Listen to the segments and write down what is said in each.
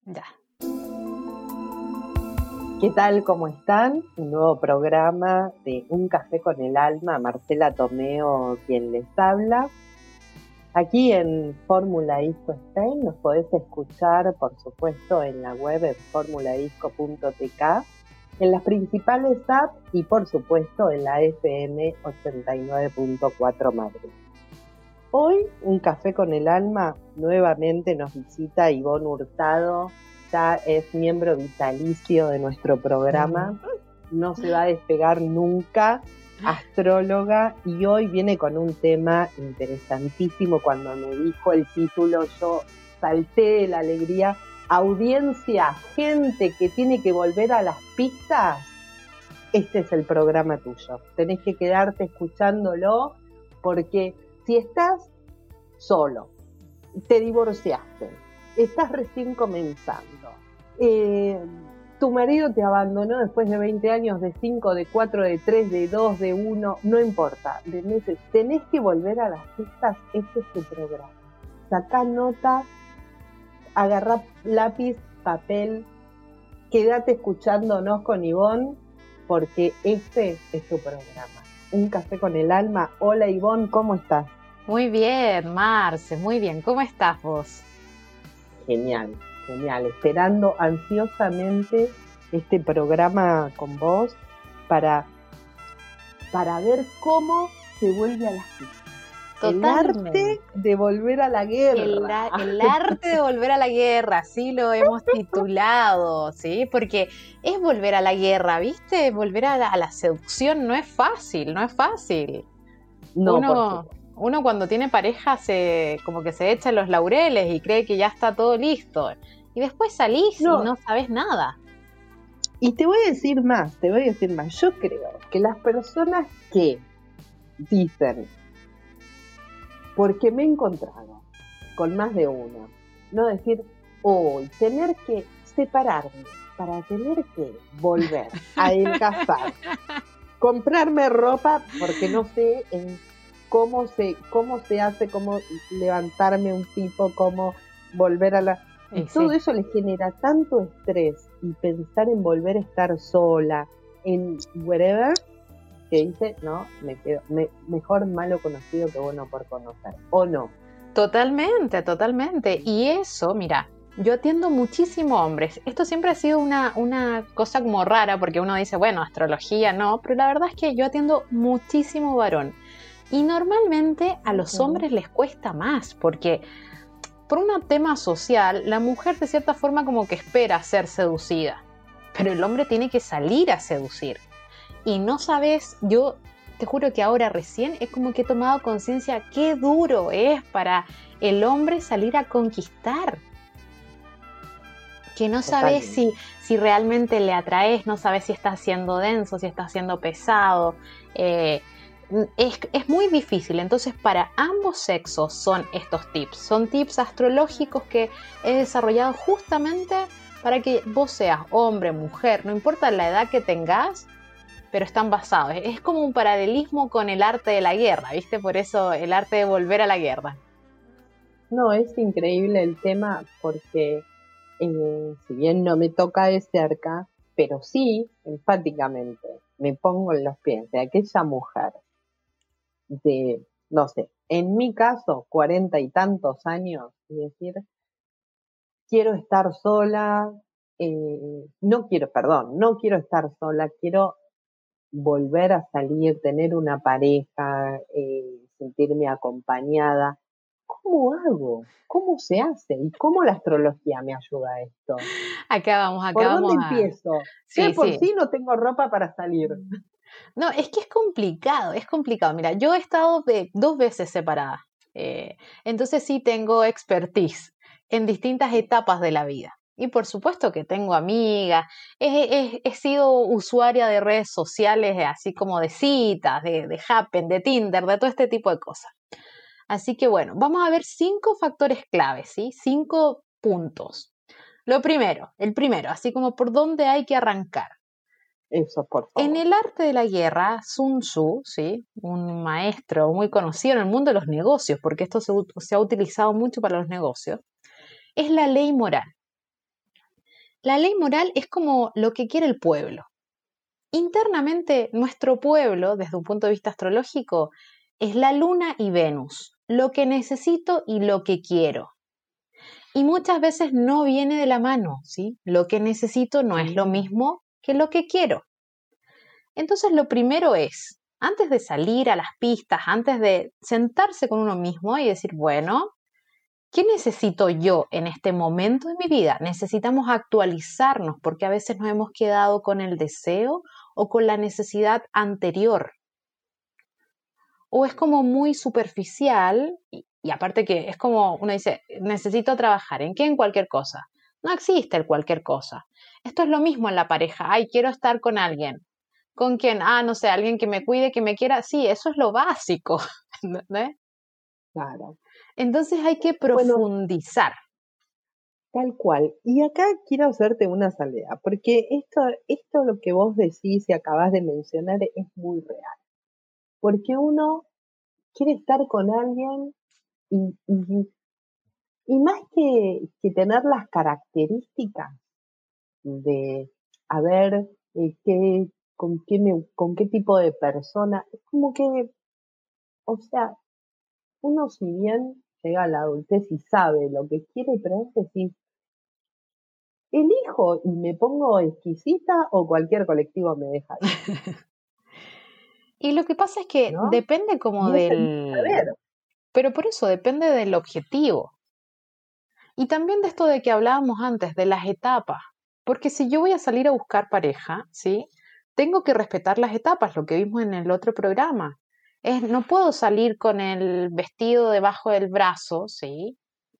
Ya. ¿Qué tal? ¿Cómo están? Un nuevo programa de Un Café con el Alma. Marcela Tomeo quien les habla. Aquí en Fórmula Disco Spain nos podés escuchar, por supuesto, en la web en formuladisco.tk, en las principales apps y, por supuesto, en la FM 89.4 Madrid. Hoy, Un Café con el Alma, nuevamente nos visita Ivonne Hurtado. Ya es miembro vitalicio de nuestro programa, no se va a despegar nunca, astróloga, y hoy viene con un tema interesantísimo. Cuando me dijo el título, yo salté de la alegría. Audiencia, gente que tiene que volver a las pistas, este es el programa tuyo. Tenés que quedarte escuchándolo, porque si estás solo, te divorciaste, estás recién comenzando, tu marido te abandonó después de 20 años, de 5, de 4, de 3, de 2, de 1, no importa, de meses, tenés que volver a las pistas. Este es tu programa. Sacá nota, agarrá lápiz, papel, quédate escuchándonos con Ivonne, porque este es tu programa. Un Café con el Alma. Hola Ivonne, ¿cómo estás? Muy bien, Marce, muy bien. ¿Cómo estás vos? Genial, genial. Esperando ansiosamente este programa con vos para ver cómo se vuelve a las pistas. Totalmente. El arte de volver a la guerra. El arte de volver a la guerra, así lo hemos titulado, ¿sí? Porque es volver a la guerra, ¿viste? Volver a la seducción no es fácil, no es fácil. No, por supuesto. Uno cuando tiene pareja como que se echa los laureles y cree que ya está todo listo. Y después salís y no sabes nada. Y te voy a decir más. Yo creo que las personas que dicen, porque me he encontrado con más de uno, no decir, hoy tener que separarme para tener que volver a adelgazar, comprarme ropa porque no sé cómo se hace, cómo levantarme un tipo, cómo volver a la... Y todo eso le genera tanto estrés, y pensar en volver a estar sola, en whatever, que dice, no, me quedo, mejor malo conocido que bueno por conocer, ¿o no? Totalmente, totalmente. Y eso, mira, yo atiendo muchísimo hombres. Esto siempre ha sido una cosa como rara, porque uno dice, bueno, astrología no, pero la verdad es que yo atiendo muchísimo varón. Y normalmente a los hombres les cuesta más, porque por un tema social, la mujer de cierta forma como que espera ser seducida, pero el hombre tiene que salir a seducir. Y no sabes, yo te juro que ahora recién es como que he tomado conciencia qué duro es para el hombre salir a conquistar. Que no sabes si realmente le atraes, no sabes si está siendo denso, si está siendo pesado. Es muy difícil. Entonces, para ambos sexos son estos tips. Son tips astrológicos que he desarrollado justamente para que vos seas hombre, mujer, no importa la edad que tengas, pero están basados. Es como un paralelismo con el arte de la guerra, ¿viste? Por eso el arte de volver a la guerra. No, es increíble el tema, porque si bien no me toca de cerca, pero sí, enfáticamente, me pongo en los pies de aquella mujer de, no sé, en mi caso, 40 y tantos años, y decir, quiero estar sola, no quiero estar sola, quiero volver a salir, tener una pareja, sentirme acompañada. ¿Cómo hago? ¿Cómo se hace? ¿Y cómo la astrología me ayuda a esto? Acá vamos ¿Por dónde empiezo? Sí, Yo por sí no tengo ropa para salir. No, es que es complicado, es complicado. Mira, yo he estado 2 veces separada, entonces sí tengo expertise en distintas etapas de la vida. Y por supuesto que tengo amigas, he sido usuaria de redes sociales, así como de citas, de Happn, de Tinder, de todo este tipo de cosas. Así que bueno, vamos a ver 5 factores claves, ¿sí? 5 puntos. El primero, así como por dónde hay que arrancar. Eso, por favor. En el arte de la guerra, Sun Tzu, ¿sí? Un maestro muy conocido en el mundo de los negocios, porque esto se ha utilizado mucho para los negocios, es la ley moral. La ley moral es como lo que quiere el pueblo. Internamente, nuestro pueblo, desde un punto de vista astrológico, es la luna y Venus, lo que necesito y lo que quiero. Y muchas veces no viene de la mano, ¿sí? Lo que necesito no es lo mismo que lo que quiero. Entonces, lo primero es, antes de salir a las pistas, antes de sentarse con uno mismo y decir, bueno, ¿qué necesito yo en este momento de mi vida? Necesitamos actualizarnos porque a veces nos hemos quedado con el deseo o con la necesidad anterior. O es como muy superficial y aparte que es como uno dice, necesito trabajar. ¿En qué? En cualquier cosa. No existe el cualquier cosa. Esto es lo mismo en la pareja. Ay, quiero estar con alguien. ¿Con quién? Ah, no sé, alguien que me cuide, que me quiera. Sí, eso es lo básico. ¿Entendés? Claro. Entonces hay que Bueno, profundizar. tal cual. Y acá quiero hacerte una salvedad, porque esto lo que vos decís y acabas de mencionar es muy real. Porque uno quiere estar con alguien y más que tener las características de a ver con qué tipo de persona, es como que, o sea, uno si bien llega a la adultez y sabe lo que quiere, pero es decir, elijo y me pongo exquisita o cualquier colectivo me deja ir, Y lo que pasa es que ¿no? depende como Y es el saber. pero por eso depende del objetivo. Y también de esto de que hablábamos antes, de las etapas. Porque si yo voy a salir a buscar pareja, ¿sí? Tengo que respetar las etapas, lo que vimos en el otro programa. No puedo salir con el vestido debajo del brazo, ¿sí?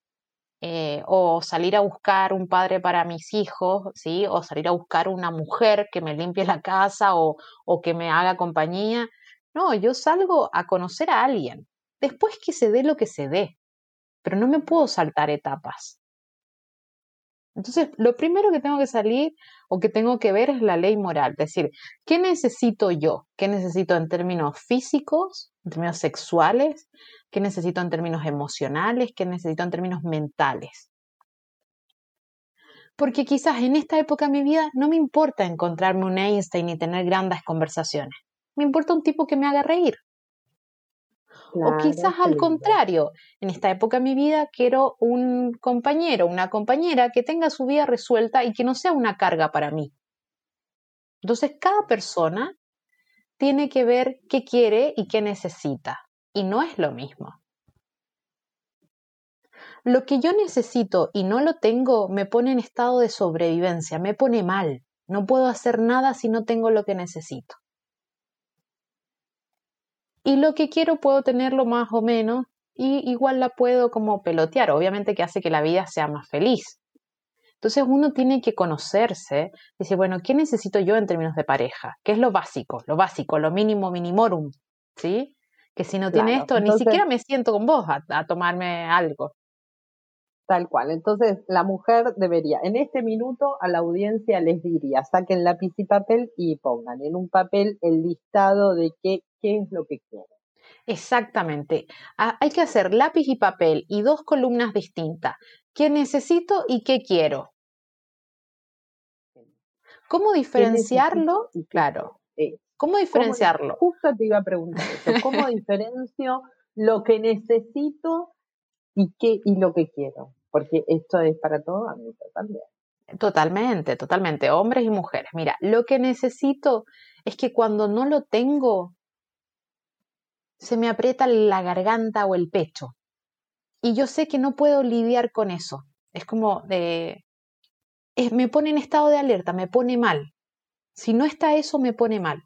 O salir a buscar un padre para mis hijos, ¿sí? O salir a buscar una mujer que me limpie la casa o que me haga compañía. No, yo salgo a conocer a alguien. Después que se dé lo que se dé, pero no me puedo saltar etapas. Entonces, lo primero que tengo que salir o que tengo que ver es la ley moral, es decir, ¿qué necesito yo? ¿Qué necesito en términos físicos, en términos sexuales? ¿Qué necesito en términos emocionales? ¿Qué necesito en términos mentales? Porque quizás en esta época de mi vida no me importa encontrarme un Einstein y tener grandes conversaciones. Me importa un tipo que me haga reír. O Claro, quizás qué al lindo. contrario, en esta época de mi vida quiero un compañero, una compañera que tenga su vida resuelta y que no sea una carga para mí. Entonces, cada persona tiene que ver qué quiere y qué necesita. Y no es lo mismo. Lo que yo necesito y no lo tengo me pone en estado de sobrevivencia, me pone mal. No puedo hacer nada si no tengo lo que necesito. Y lo que quiero puedo tenerlo más o menos y igual la puedo como pelotear, obviamente que hace que la vida sea más feliz. Entonces uno tiene que conocerse, decir, bueno, ¿qué necesito yo en términos de pareja? ¿Qué es lo básico, lo mínimo minimorum? ¿Sí? Que si no tiene Claro. esto, ni Entonces, siquiera me siento con vos a tomarme algo. tal cual. Entonces, la mujer debería, en este minuto a la audiencia les diría, saquen lápiz y papel y pongan en un papel el listado de qué es lo que quieren. Exactamente. Hay que hacer lápiz y papel y dos columnas distintas. ¿Qué necesito y qué quiero? ¿Cómo ¿Qué necesito diferenciarlo? y qué Claro. quiero? ¿Cómo diferenciarlo? Justo te iba a preguntar eso, ¿cómo diferencio lo que necesito y lo que quiero? Porque esto es para todo ámbito también. Totalmente, totalmente. Hombres y mujeres. Mira, lo que necesito es que cuando no lo tengo, se me aprieta la garganta o el pecho. Y yo sé que no puedo lidiar con eso. Es como me pone en estado de alerta, me pone mal. Si no está eso, me pone mal.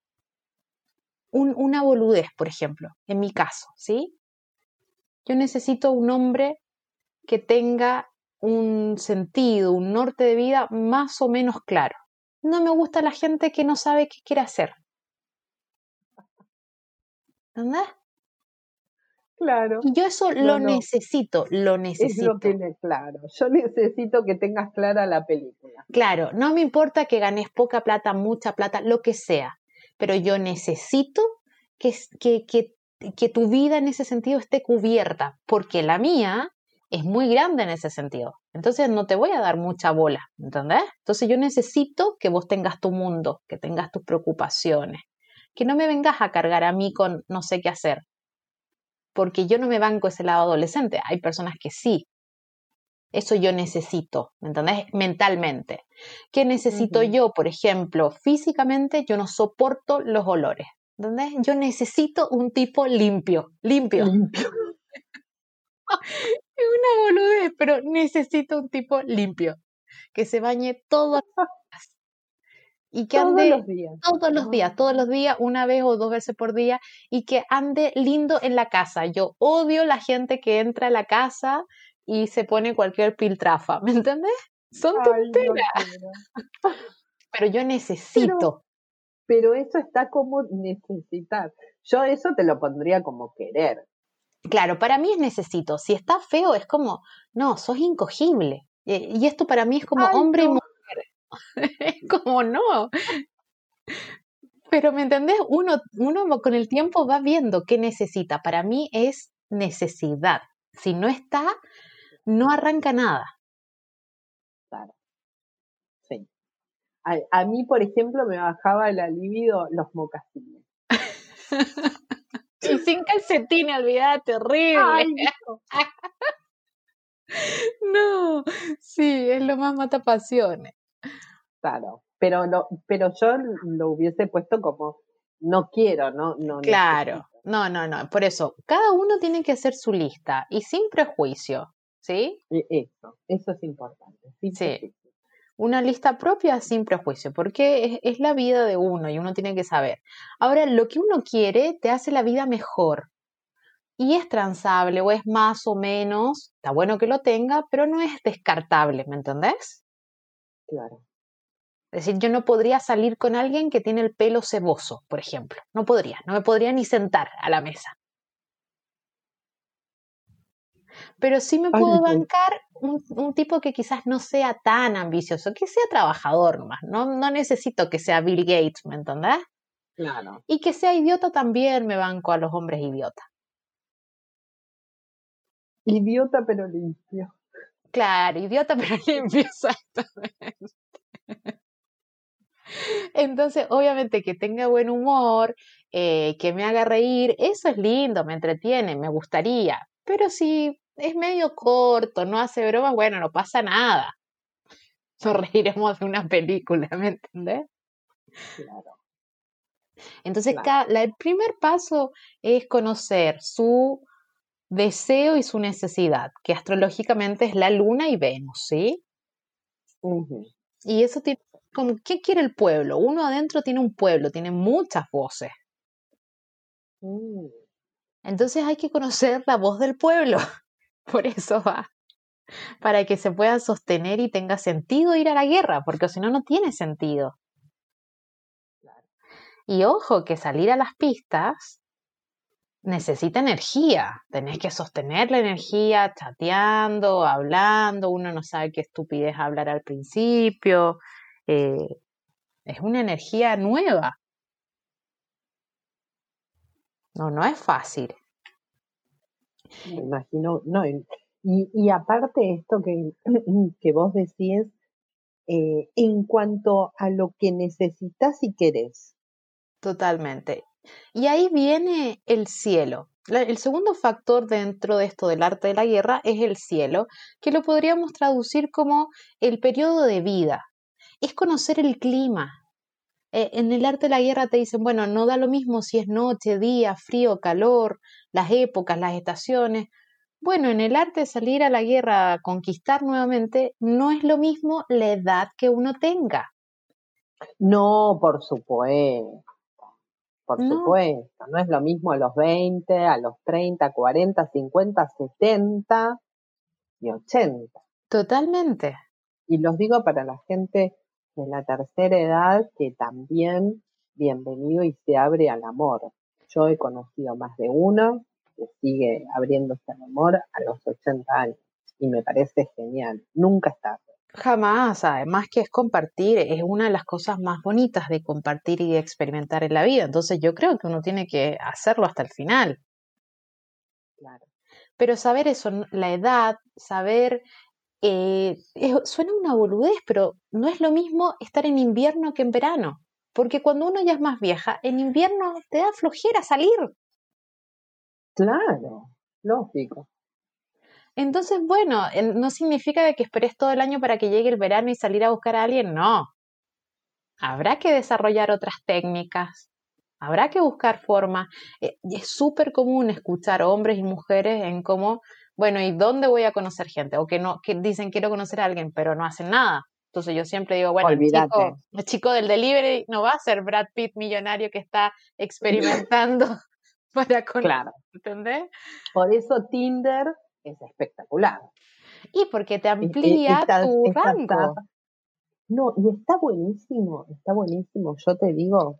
Una boludez, por ejemplo, en mi caso, ¿sí? Yo necesito un hombre que tenga un sentido, un norte de vida más o menos claro. No me gusta la gente que no sabe qué quiere hacer. ¿Entendés? Claro, Y yo eso no, no, lo es lo que necesito. claro. Yo necesito que tengas clara la película. Claro, no me importa que ganes poca plata, mucha plata, lo que sea, pero yo necesito que, que tu vida en ese sentido esté cubierta, porque la mía es muy grande en ese sentido. Entonces no te voy a dar mucha bola, ¿entendés? Entonces yo necesito que vos tengas tu mundo, que tengas tus preocupaciones, que no me vengas a cargar a mí con no sé qué hacer, porque yo no me banco ese lado adolescente. Hay personas que sí. Eso yo necesito, ¿me entendés? Mentalmente. ¿Qué necesito yo? Por ejemplo, físicamente yo no soporto los olores, ¿entendés? Yo necesito un tipo limpio. Es una boludez, pero necesito un tipo limpio, que se bañe todos los días y que Todos ande los días. todos los días, una vez o dos veces por día, y que ande lindo en la casa. Yo odio la gente que entra a la casa y se pone cualquier piltrafa, ¿me entendés? Son Ay, no tonteras, quiero. pero yo Pero, necesito. pero eso está como necesitar. Yo eso te lo pondría como querer. Claro, para mí es necesito. Si está feo es como, no, sos incogible. Y esto para mí es como Ay, hombre y no. mujer. Es como no. Pero ¿me entendés? Uno con el tiempo va viendo qué necesita. Para mí es necesidad. Si no está, no arranca nada. Claro, sí. A mí, por ejemplo, me bajaba la libido los mocasines. Y sin calcetines, olvidate, terrible. Ay, no. No, sí, es lo más matapasiones. Claro, pero yo lo hubiese puesto como no quiero, no Claro, necesito. no. Por eso, cada uno tiene que hacer su lista y sin prejuicio, ¿sí? Eso es importante, sin Sí, prejuicio. una lista propia sin prejuicio, porque es la vida de uno y uno tiene que saber. Ahora, lo que uno quiere te hace la vida mejor y es transable o es más o menos, está bueno que lo tenga, pero no es descartable, ¿me entendés? Claro. Es decir, yo no podría salir con alguien que tiene el pelo ceboso, por ejemplo. No podría, no me podría ni sentar a la mesa. Pero sí me Ay, puedo no. bancar un tipo que quizás no sea tan ambicioso, que sea trabajador nomás. No necesito que sea Bill Gates, ¿me entendés? Claro. Y que sea idiota también me banco a los hombres idiotas. Idiota pero limpio. Claro, idiota pero limpio, exactamente. Entonces, obviamente que tenga buen humor, que me haga reír, eso es lindo, me entretiene, me gustaría. Pero si es medio corto, no hace bromas, bueno, no pasa nada. Nos reiremos de una película, ¿me entendés? Claro, Entonces, claro. el primer paso es conocer su deseo y su necesidad, que astrológicamente es la Luna y Venus, ¿sí? Ujú. Y eso tiene, como, ¿qué quiere el pueblo? Uno adentro tiene un pueblo, tiene muchas voces. Mm, Entonces hay que conocer la voz del pueblo. Por eso va, para que se pueda sostener y tenga sentido ir a la guerra, porque si no, no tiene sentido. claro. Y ojo, que salir a las pistas necesita energía. Tenés que sostener la energía chateando, hablando. Uno no sabe qué estupidez hablar al principio. Eh, es una energía nueva. No es fácil. Me imagino, no, y aparte esto que vos decís, en cuanto a lo que necesitas y querés. Totalmente. Y ahí viene el cielo. El segundo factor dentro de esto del arte de la guerra es el cielo, que lo podríamos traducir como el periodo de vida. Es conocer el clima. En el arte de la guerra te dicen, bueno, no da lo mismo si es noche, día, frío, calor, las épocas, las estaciones. Bueno, en el arte de salir a la guerra a conquistar nuevamente, no es lo mismo la edad que uno tenga. No, por No, supuesto, no es lo mismo a los 20, a los 30, 40, 50, 70 y 80. totalmente. Y los digo para la gente de la tercera edad que también bienvenido y se abre al amor. Yo he conocido más de uno que sigue abriéndose al amor a los 80 años y me parece genial. Nunca es tarde. Jamás, además que es compartir, es una de las cosas más bonitas de compartir y de experimentar en la vida. Entonces yo creo que uno tiene que hacerlo hasta el final. Claro. Pero saber eso, la edad, saber, suena una boludez, pero no es lo mismo estar en invierno que en verano. Porque cuando uno ya es más vieja, en invierno te da flojera salir. Claro, lógico. Entonces, bueno, no significa de que esperes todo el año para que llegue el verano y salir a buscar a alguien, no. Habrá que desarrollar otras técnicas, habrá que buscar formas. Y es súper común escuchar hombres y mujeres en cómo, bueno, ¿y dónde voy a conocer gente? O que no, que dicen quiero conocer a alguien, pero no hacen nada. Entonces yo siempre digo, bueno, Olvídate. el chico del delivery no va a ser Brad Pitt millonario que está experimentando para conocer, Claro. ¿entendés? Por eso Tinder es espectacular. Y porque te amplía tu Estas rango. apps. No, y está buenísimo, está buenísimo. Yo te digo,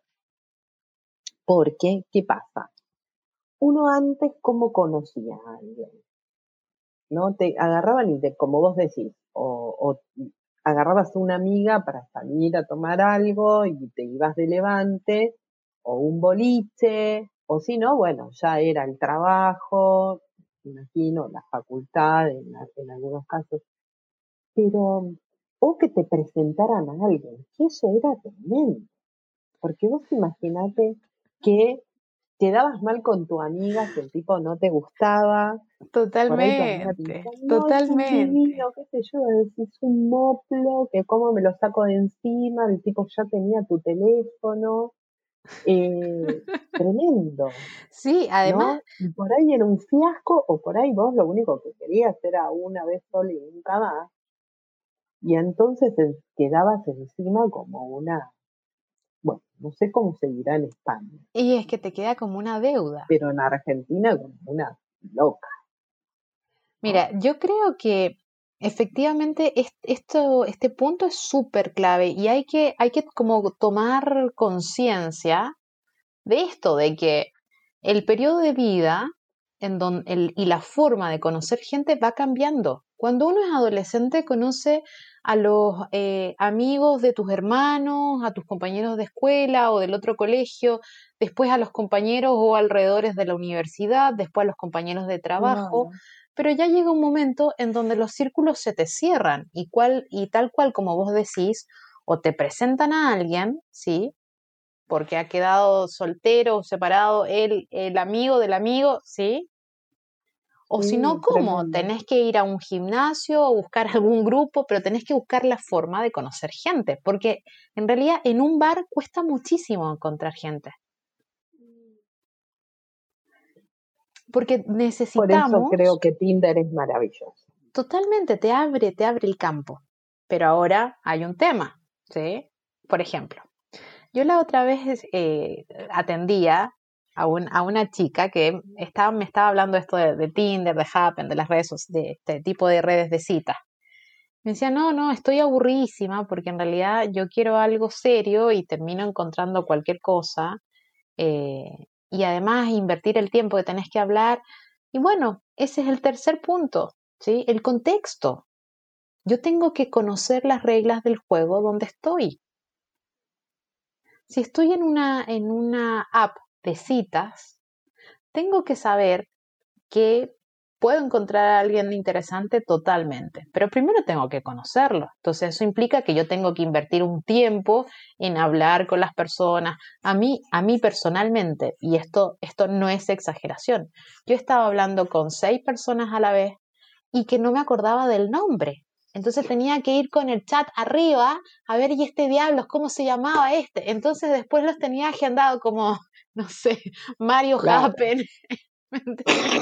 porque, ¿qué pasa? Uno antes, ¿cómo conocía a alguien? ¿No? Te agarraban y como vos decís, o agarrabas una amiga para salir a tomar algo y te ibas de levante, o un boliche, o si no, bueno, ya era el trabajo, imagino, la facultad en algunos casos, pero, o que te presentaran a alguien, que eso era tremendo, porque vos imaginate que quedabas mal con tu amiga si el tipo no te gustaba, por ahí tu amiga te Totalmente, decía, no, es un totalmente. divino, qué sé yo, decís un moplo, que cómo me lo saco de encima, el tipo ya tenía tu teléfono, eh, tremendo, Sí, además, ¿no? Y por ahí era un fiasco, o por ahí vos lo único que querías era una vez sola y nunca más, y entonces te quedabas encima como una, bueno, no sé cómo seguirá en España, y es que te queda como una deuda. pero en Argentina como una loca, ¿no? Mira, yo creo que efectivamente este punto es súper clave y hay que como tomar conciencia de esto, de que el periodo de vida y la forma de conocer gente va cambiando. Cuando uno es adolescente, conoce a los amigos de tus hermanos, a tus compañeros de escuela o del otro colegio, después a los compañeros o alrededores de la universidad, después a los compañeros de trabajo, Claro. pero ya llega un momento en donde los círculos se te cierran y tal cual como vos decís, o te presentan a alguien, ¿sí? Porque ha quedado soltero o separado el amigo del amigo, ¿sí? O si no, Sí, ¿cómo? tremendo. Tenés que ir a un gimnasio o buscar algún grupo, pero tenés que buscar la forma de conocer gente, porque en realidad en un bar cuesta muchísimo encontrar gente, porque Por eso creo necesitamos, que Tinder es maravilloso. totalmente, te abre el campo. Pero ahora hay un tema, ¿sí? Por ejemplo, yo la otra vez atendía a una chica que me estaba hablando esto de Tinder, de Happen, de las redes, de este tipo de redes de citas. Me decía, no, no, estoy aburridísima porque en realidad yo quiero algo serio y termino encontrando cualquier cosa. Y además invertir el tiempo que tenés que hablar. Y bueno, ese es el tercer punto, ¿sí? El contexto. Yo tengo que conocer las reglas del juego donde estoy. Si estoy en una app de citas, tengo que saber que puedo encontrar a alguien interesante totalmente, pero primero tengo que conocerlo. Entonces eso implica que yo tengo que invertir un tiempo en hablar con las personas. A mí personalmente, y esto no es exageración, yo estaba hablando con 6 personas a la vez y que no me acordaba del nombre. Entonces tenía que ir con el chat arriba a ver, ¿y este diablos cómo se llamaba este? Entonces después los tenía agendado como, no sé, Mario Claro, Happen, ¿me entendés?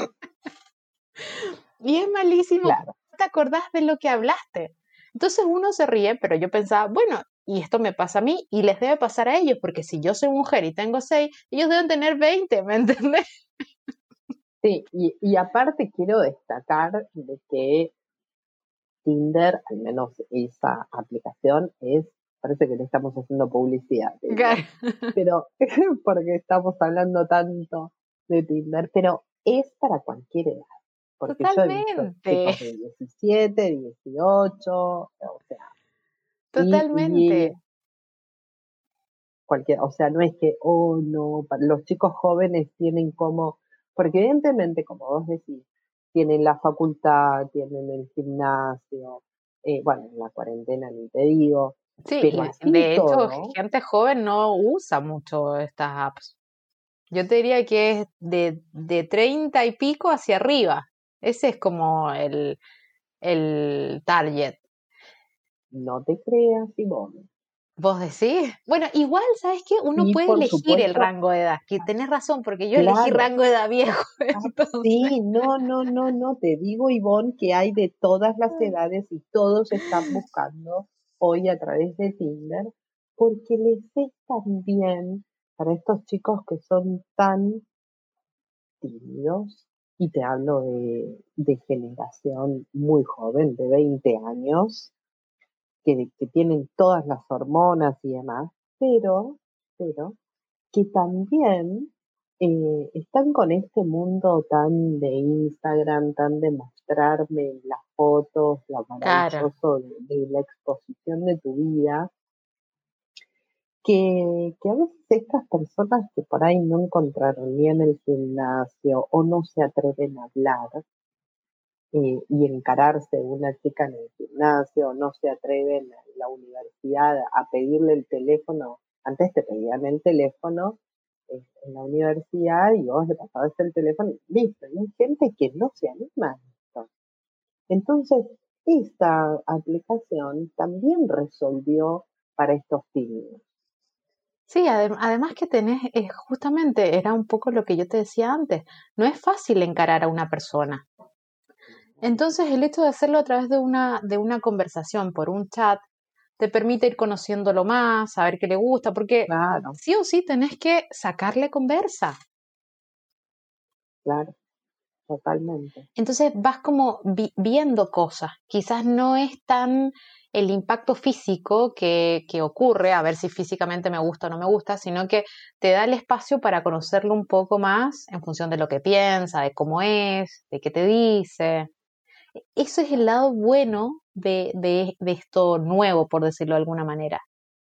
Y es malísimo, claro. no te acordás de lo que hablaste. Entonces uno se ríe, pero yo pensaba, bueno, y esto me pasa a mí y les debe pasar a ellos, porque si yo soy mujer y tengo 6, ellos deben tener 20, ¿me entendés? Sí, y aparte quiero destacar de que Tinder, al menos esa aplicación, parece que le estamos haciendo publicidad, te digo, Claro, pero porque estamos hablando tanto de Tinder, pero es para cualquier edad, porque yo he visto chicos totalmente, de 17, 18, o sea, y totalmente. cualquier, o sea, no es que, oh no, los chicos jóvenes tienen como, porque evidentemente, como vos decís, tienen la facultad, tienen el gimnasio, bueno, en la cuarentena ni te digo, Sí, pero y así de hecho, todo, gente joven no usa mucho estas apps. Yo te diría que es de 30 y pico hacia arriba. Ese es como el target. no te creas, Ivonne. ¿Vos decís? Bueno, igual, ¿sabes qué? Uno Y puede por elegir el supuesto, rango de edad, que tenés razón, porque yo elegí claro. rango de edad viejo, entonces. Sí, no, no, no, no, te digo, Ivonne, que hay de todas las edades y todos están buscando hoy a través de Tinder, porque les es tan bien para estos chicos que son tan tímidos, y te hablo de generación muy joven, de 20 años, que tienen todas las hormonas y demás, pero que también están con este mundo tan de Instagram, tan de mostrarme las fotos, lo Claro, maravilloso de la exposición de tu vida, que a veces estas personas que por ahí no encontraron ni en el gimnasio o no se atreven a hablar y encararse una chica en el gimnasio, o no se atreven en la universidad a pedirle el teléfono, antes te pedían el teléfono en la universidad y vos le pasabas el teléfono y listo. Y hay gente que no se anima a esto. Entonces, esta aplicación también resolvió para estos tímidos. sí, además que tenés, justamente era un poco lo que yo te decía antes, no es fácil encarar a una persona. Entonces el hecho de hacerlo a través de una conversación por un chat te permite ir conociéndolo más, saber qué le gusta, porque Claro, sí o sí tenés que sacarle conversa. claro, totalmente. Entonces vas como viendo cosas. Quizás no es tan el impacto físico que ocurre, a ver si físicamente me gusta o no me gusta, sino que te da el espacio para conocerlo un poco más en función de lo que piensa, de cómo es, de qué te dice. Eso es el lado bueno de esto nuevo, por decirlo de alguna manera.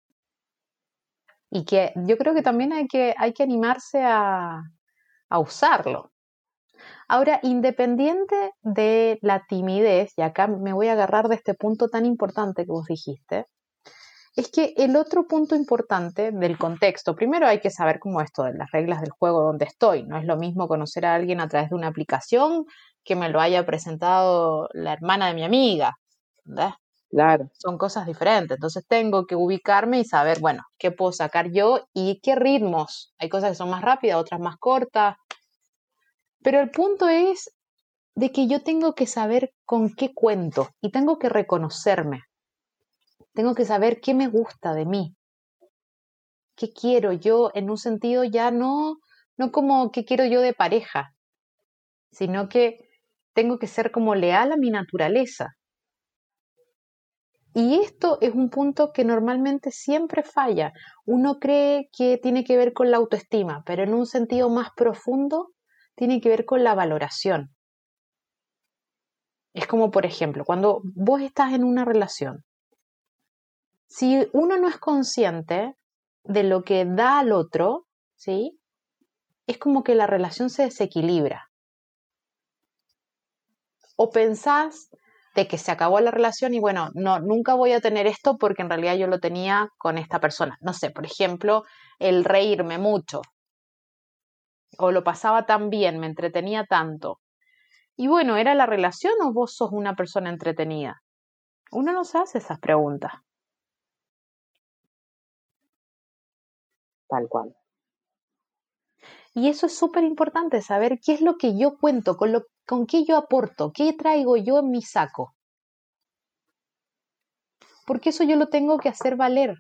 Y que yo creo que también hay que animarse a usarlo. Ahora, independiente de la timidez, y acá me voy a agarrar de este punto tan importante que vos dijiste, es que el otro punto importante del contexto, primero hay que saber cómo esto de las reglas del juego donde estoy. No es lo mismo conocer a alguien a través de una aplicación que me lo haya presentado la hermana de mi amiga. ¿Entendés? Claro, Son cosas diferentes. Entonces tengo que ubicarme y saber, bueno, qué puedo sacar yo y qué ritmos. Hay cosas que son más rápidas, otras más cortas. Pero el punto es de que yo tengo que saber con qué cuento y tengo que reconocerme. Tengo que saber qué me gusta de mí, qué quiero yo en un sentido ya no como qué quiero yo de pareja, sino que tengo que ser como leal a mi naturaleza. Y esto es un punto que normalmente siempre falla. Uno cree que tiene que ver con la autoestima, pero en un sentido más profundo tiene que ver con la valoración. Es como, por ejemplo, cuando vos estás en una relación, si uno no es consciente de lo que da al otro, ¿sí? Es como que la relación se desequilibra. O pensás de que se acabó la relación y bueno, no, nunca voy a tener esto porque en realidad yo lo tenía con esta persona. No sé, por ejemplo, el reírme mucho o lo pasaba tan bien, me entretenía tanto. Y bueno, ¿era la relación o vos sos una persona entretenida? Uno no se hace esas preguntas. tal cual. Y eso es súper importante, saber qué es lo que yo cuento, con qué yo aporto, qué traigo yo en mi saco. Porque eso yo lo tengo que hacer valer.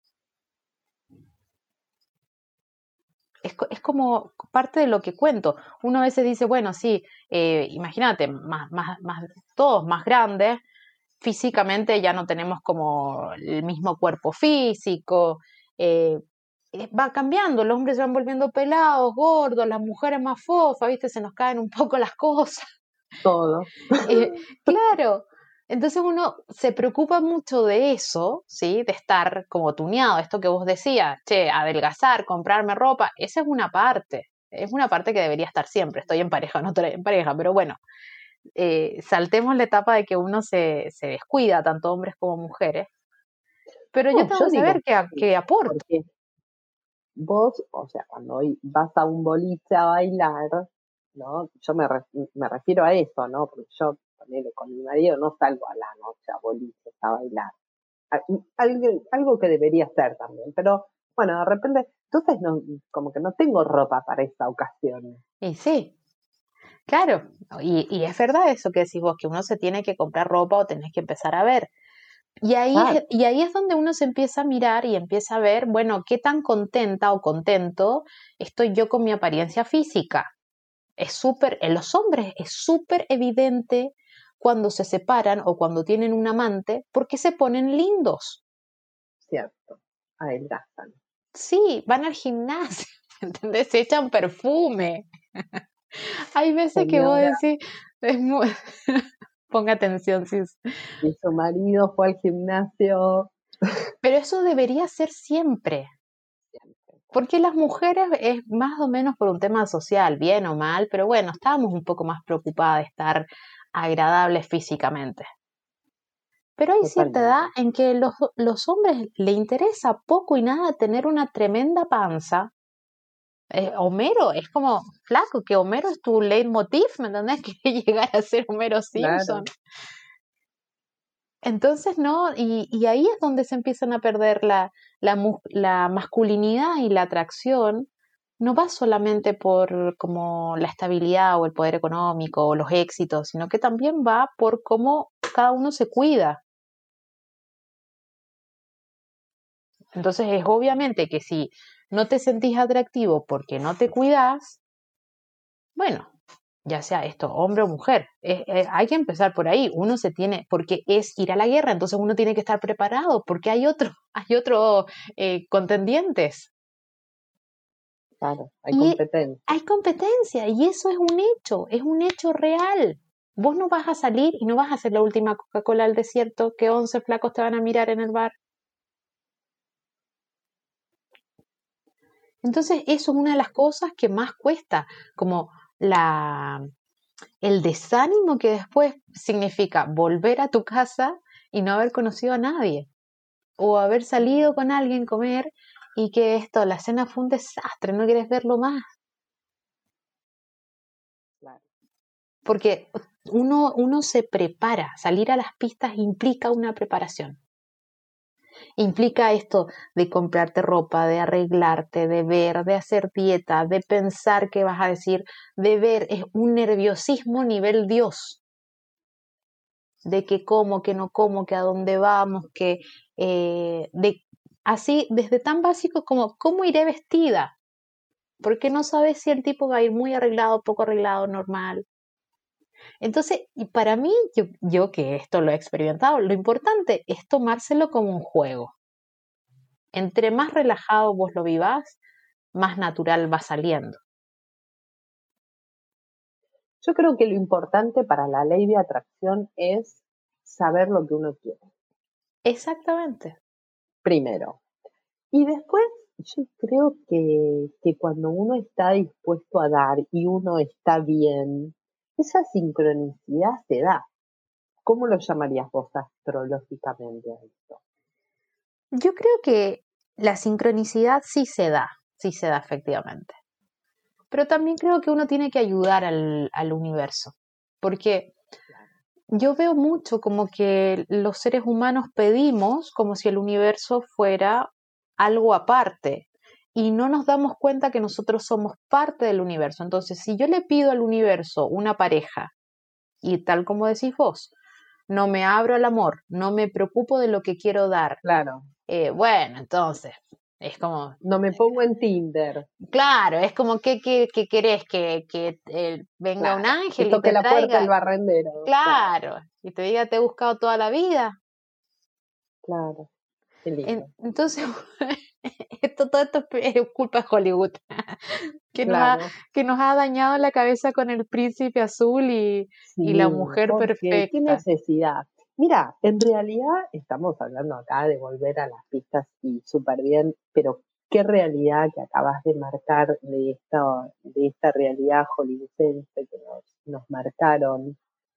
Es como parte de lo que cuento. Uno a veces dice, bueno, sí, imagínate, todos más grandes, físicamente ya no tenemos como el mismo cuerpo físico, eh, va cambiando, los hombres se van volviendo pelados, gordos, las mujeres más fofas, ¿viste? Se nos caen un poco las cosas. Todo. Claro, entonces uno se preocupa mucho de eso, ¿sí? De estar como tuneado, esto que vos decías, che, adelgazar, comprarme ropa, esa es una parte que debería estar siempre. Estoy en pareja, no estoy en pareja, pero bueno, saltemos la etapa de que uno se descuida, tanto hombres como mujeres, pero yo No, tengo yo que saber digo sí, qué aporto. porque vos, o sea, cuando hoy vas a un boliche a bailar, ¿no? Yo me refiero a eso, ¿no? Porque yo, ponele, con mi marido no salgo a la noche a boliches a bailar. Algo que debería ser también, pero bueno, de repente, entonces no, como que no tengo ropa para esta ocasión. Y sí, claro, y es verdad eso que decís vos, que uno se tiene que comprar ropa o tenés que empezar a ver. Claro, Y ahí es donde uno se empieza a mirar y empieza a ver, bueno, qué tan contenta o contento estoy yo con mi apariencia física. Es súper, en los hombres es súper evidente cuando se separan o cuando tienen un amante porque se ponen lindos. cierto, adelgazan. Sí, van al gimnasio, ¿entendés? Se echan perfume. Hay veces que vos Señora, decís, es muy... ponga atención, sí. y su marido fue al gimnasio. Pero eso debería ser siempre. Siempre. Porque las mujeres es más o menos por un tema social, bien o mal, pero bueno, estábamos un poco más preocupadas de estar agradables físicamente. Pero hay cierta edad Totalmente. en que los hombres le interesa poco y nada tener una tremenda panza. Homero es como flaco, que Homero es tu leitmotiv, ¿me entendés? Quiere llegar a ser Homero Simpson. Claro. Entonces, no, y ahí es donde se empiezan a perder la masculinidad y la atracción. No va solamente por como la estabilidad o el poder económico o los éxitos, sino que también va por cómo cada uno se cuida. Entonces es obviamente que si no te sentís atractivo porque no te cuidas, bueno, ya sea esto, hombre o mujer, hay que empezar por ahí. Uno se tiene, porque es ir a la guerra, entonces uno tiene que estar preparado porque hay otro contendientes. Claro, hay Y competencia. hay competencia y eso es un hecho real. Vos no vas a salir y no vas a ser la última Coca-Cola al desierto que 11 flacos te van a mirar en el bar. Entonces, eso es una de las cosas que más cuesta, como el desánimo que después significa volver a tu casa y no haber conocido a nadie, o haber salido con alguien a comer y que la cena fue un desastre, no quieres verlo más, Claro. porque uno se prepara, salir a las pistas implica una preparación. Implica esto de comprarte ropa, de arreglarte, de ver, de hacer dieta, de pensar qué vas a decir, de ver, es un nerviosismo nivel Dios, de que como, que no como, que a dónde vamos, de así, desde tan básico como cómo iré vestida, porque no sabes si el tipo va a ir muy arreglado, poco arreglado, normal. Entonces, y para mí, yo que esto lo he experimentado, lo importante es tomárselo como un juego. Entre más relajado vos lo vivas, más natural va saliendo. Yo creo que lo importante para la ley de atracción es saber lo que uno quiere, Exactamente. primero. Y después, yo creo que cuando uno está dispuesto a dar y uno está bien, esa sincronicidad se da. ¿Cómo lo llamarías vos astrológicamente a esto? Yo creo que la sincronicidad sí se da efectivamente. Pero también creo que uno tiene que ayudar al universo, porque Claro. yo veo mucho como que los seres humanos pedimos como si el universo fuera algo aparte y no nos damos cuenta que nosotros somos parte del universo. Entonces, si yo le pido al universo una pareja y tal como decís vos, no me abro al amor, no me preocupo de lo que quiero dar, Claro, bueno, entonces es como, no me pongo en Tinder, claro, es como que querés venga un claro, que ángel y toque te la puerta el traiga, barrendero, claro, claro, y te diga te he buscado toda la vida. claro, qué lindo, Entonces, todo esto es culpa de Hollywood, que nos ha, claro, que nos ha dañado la cabeza con el príncipe azul y la sí, mujer porque qué perfecta. necesidad. Mira, en realidad estamos hablando acá de volver a las pistas y súper bien, pero qué realidad que acabas de marcar de esta realidad hollywoodense que nos marcaron.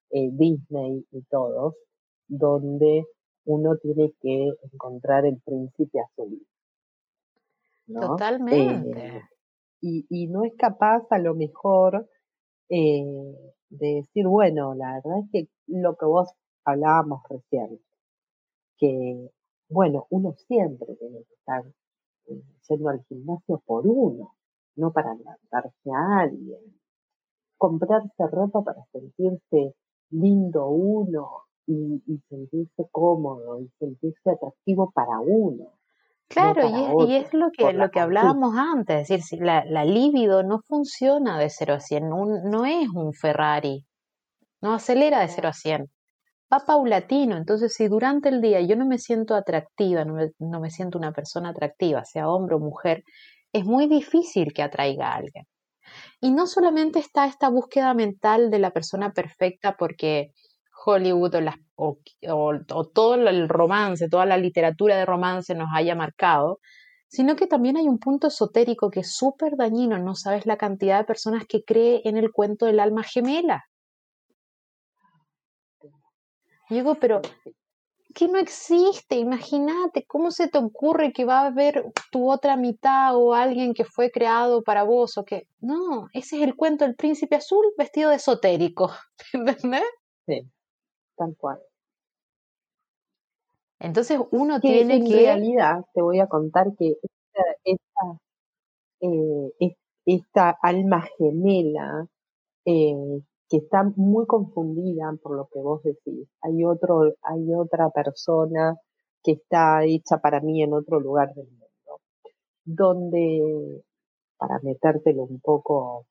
Disney y todos, donde uno tiene que encontrar el príncipe azul, ¿no? Totalmente. Y no es capaz a lo mejor de decir, bueno, la verdad es que lo que vos hablábamos recién, que, bueno, uno siempre tiene que estar yendo al gimnasio por uno, no para levantarse a alguien. Comprarse ropa para sentirse lindo uno y sentirse cómodo y sentirse atractivo para uno, no Claro, para y es otro, por la lo que conquista. hablábamos antes, es decir, si la libido no funciona de 0 a 100, no es un Ferrari, no acelera de 0 a 100, va paulatino. Entonces, si durante el día yo no me siento atractiva, no me siento una persona atractiva, sea hombre o mujer, es muy difícil que atraiga a alguien. Y no solamente está esta búsqueda mental de la persona perfecta porque Hollywood o todo el romance, toda la literatura de romance nos haya marcado, sino que también hay un punto esotérico que es súper dañino. No sabes la cantidad de personas que cree en el cuento del alma gemela. Y digo, pero que no existe, imagínate, ¿cómo se te ocurre que va a haber tu otra mitad o alguien que fue creado para vos o que... No, ese es el cuento del príncipe azul vestido de esotérico, ¿entendés? Sí, tal cual. Entonces uno Que tiene en que... realidad te voy a contar que esta alma gemela que está muy confundida por lo que vos decís. Hay otra persona que está hecha para mí en otro lugar del mundo, donde, para metértelo un poco,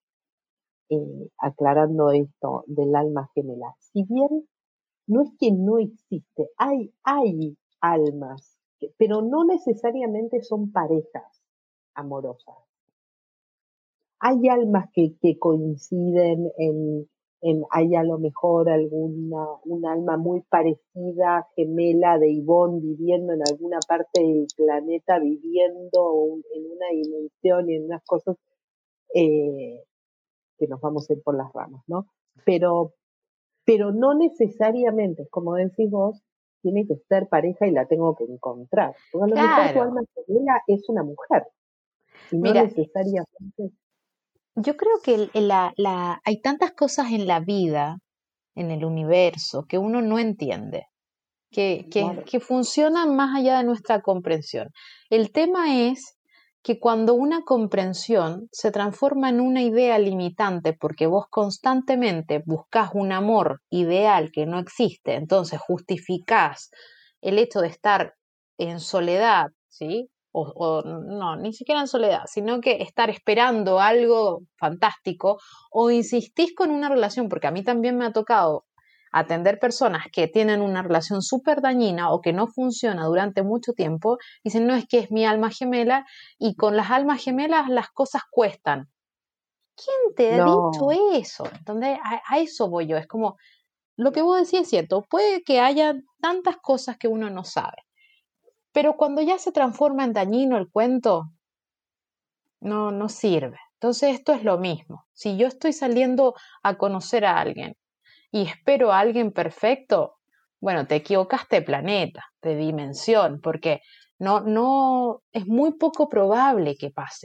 aclarando esto del alma gemela, si bien no es que no existe, hay almas, pero no necesariamente son parejas amorosas. Hay almas que coinciden hay a lo mejor un alma muy parecida, gemela de Ivonne, viviendo en alguna parte del planeta, viviendo en una dimensión y en unas cosas eh, que nos vamos a ir por las ramas, ¿no? Pero, pero no necesariamente, como decís vos, tiene que ser pareja y la tengo que encontrar. Porque a lo mejor tu Claro, alma gemela es una mujer y no mira, necesariamente. yo creo que hay tantas cosas en la vida, en el universo, que uno no entiende, Claro. que funcionan más allá de nuestra comprensión. El tema es que cuando una comprensión se transforma en una idea limitante porque vos constantemente buscas un amor ideal que no existe, entonces justificás el hecho de estar en soledad, ¿sí? O no, ni siquiera en soledad, sino que estar esperando algo fantástico o insistís con una relación, porque a mí también me ha tocado atender personas que tienen una relación súper dañina o que no funciona durante mucho tiempo, dicen, no, es que es mi alma gemela y con las almas gemelas las cosas cuestan. ¿Quién te ha dicho No, eso? Entonces, a eso voy yo. Es como, lo que vos decís es cierto, puede que haya tantas cosas que uno no sabe, pero cuando ya se transforma en dañino el cuento, no sirve. Entonces, esto es lo mismo. Si yo estoy saliendo a conocer a alguien y espero a alguien perfecto, bueno, te equivocaste de planeta, de dimensión, porque no, es muy poco probable que pase.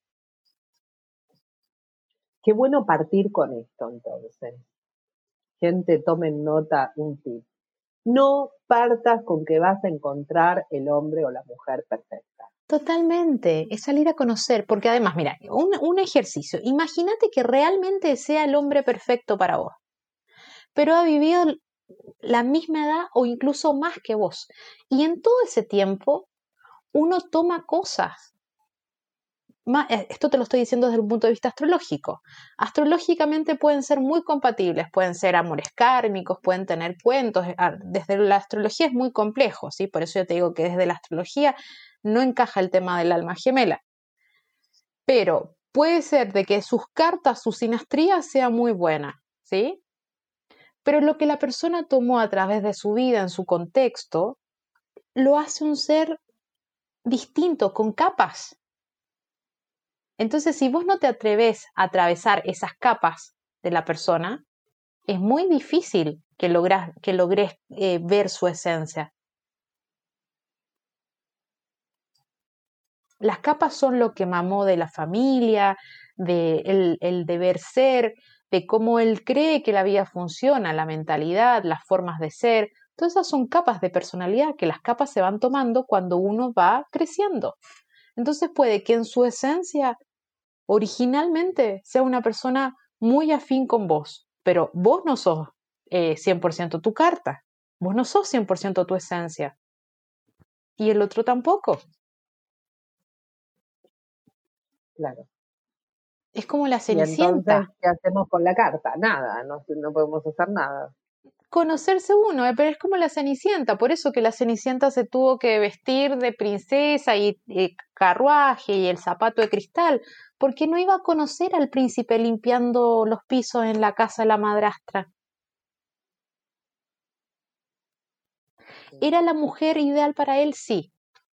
qué bueno partir con esto entonces. Gente, tomen nota, un tip. No partas con que vas a encontrar el hombre o la mujer perfecta. Totalmente, es salir a conocer, porque además, mira, un ejercicio, imagínate que realmente sea el hombre perfecto para vos, pero ha vivido la misma edad o incluso más que vos. Y en todo ese tiempo uno toma cosas. Esto te lo estoy diciendo desde el punto de vista astrológico. Astrológicamente pueden ser muy compatibles, pueden ser amores kármicos, pueden tener cuentos. Desde la astrología es muy complejo, ¿sí? Por eso yo te digo que desde la astrología no encaja el tema del alma gemela. Pero puede ser de que sus cartas, su sinastría sea muy buena, ¿sí? Pero lo que la persona tomó a través de su vida, en su contexto, lo hace un ser distinto, con capas. Entonces, si vos no te atreves a atravesar esas capas de la persona, es muy difícil que logres ver su esencia. Las capas son lo que mamó de la familia, de el deber ser, de cómo él cree que la vida funciona, la mentalidad, las formas de ser. Todas esas son capas de personalidad que las capas se van tomando cuando uno va creciendo. Entonces puede que en su esencia originalmente sea una persona muy afín con vos, pero vos no sos 100% tu carta, vos no sos 100% tu esencia y el otro tampoco. Claro. Es como la Y Cenicienta. entonces, ¿qué hacemos con la carta? Nada, no podemos hacer nada. Conocerse uno, pero es como la Cenicienta, por eso que la Cenicienta se tuvo que vestir de princesa y carruaje y el zapato de cristal, porque no iba a conocer al príncipe limpiando los pisos en la casa de la madrastra. ¿Era la mujer ideal para él? Sí,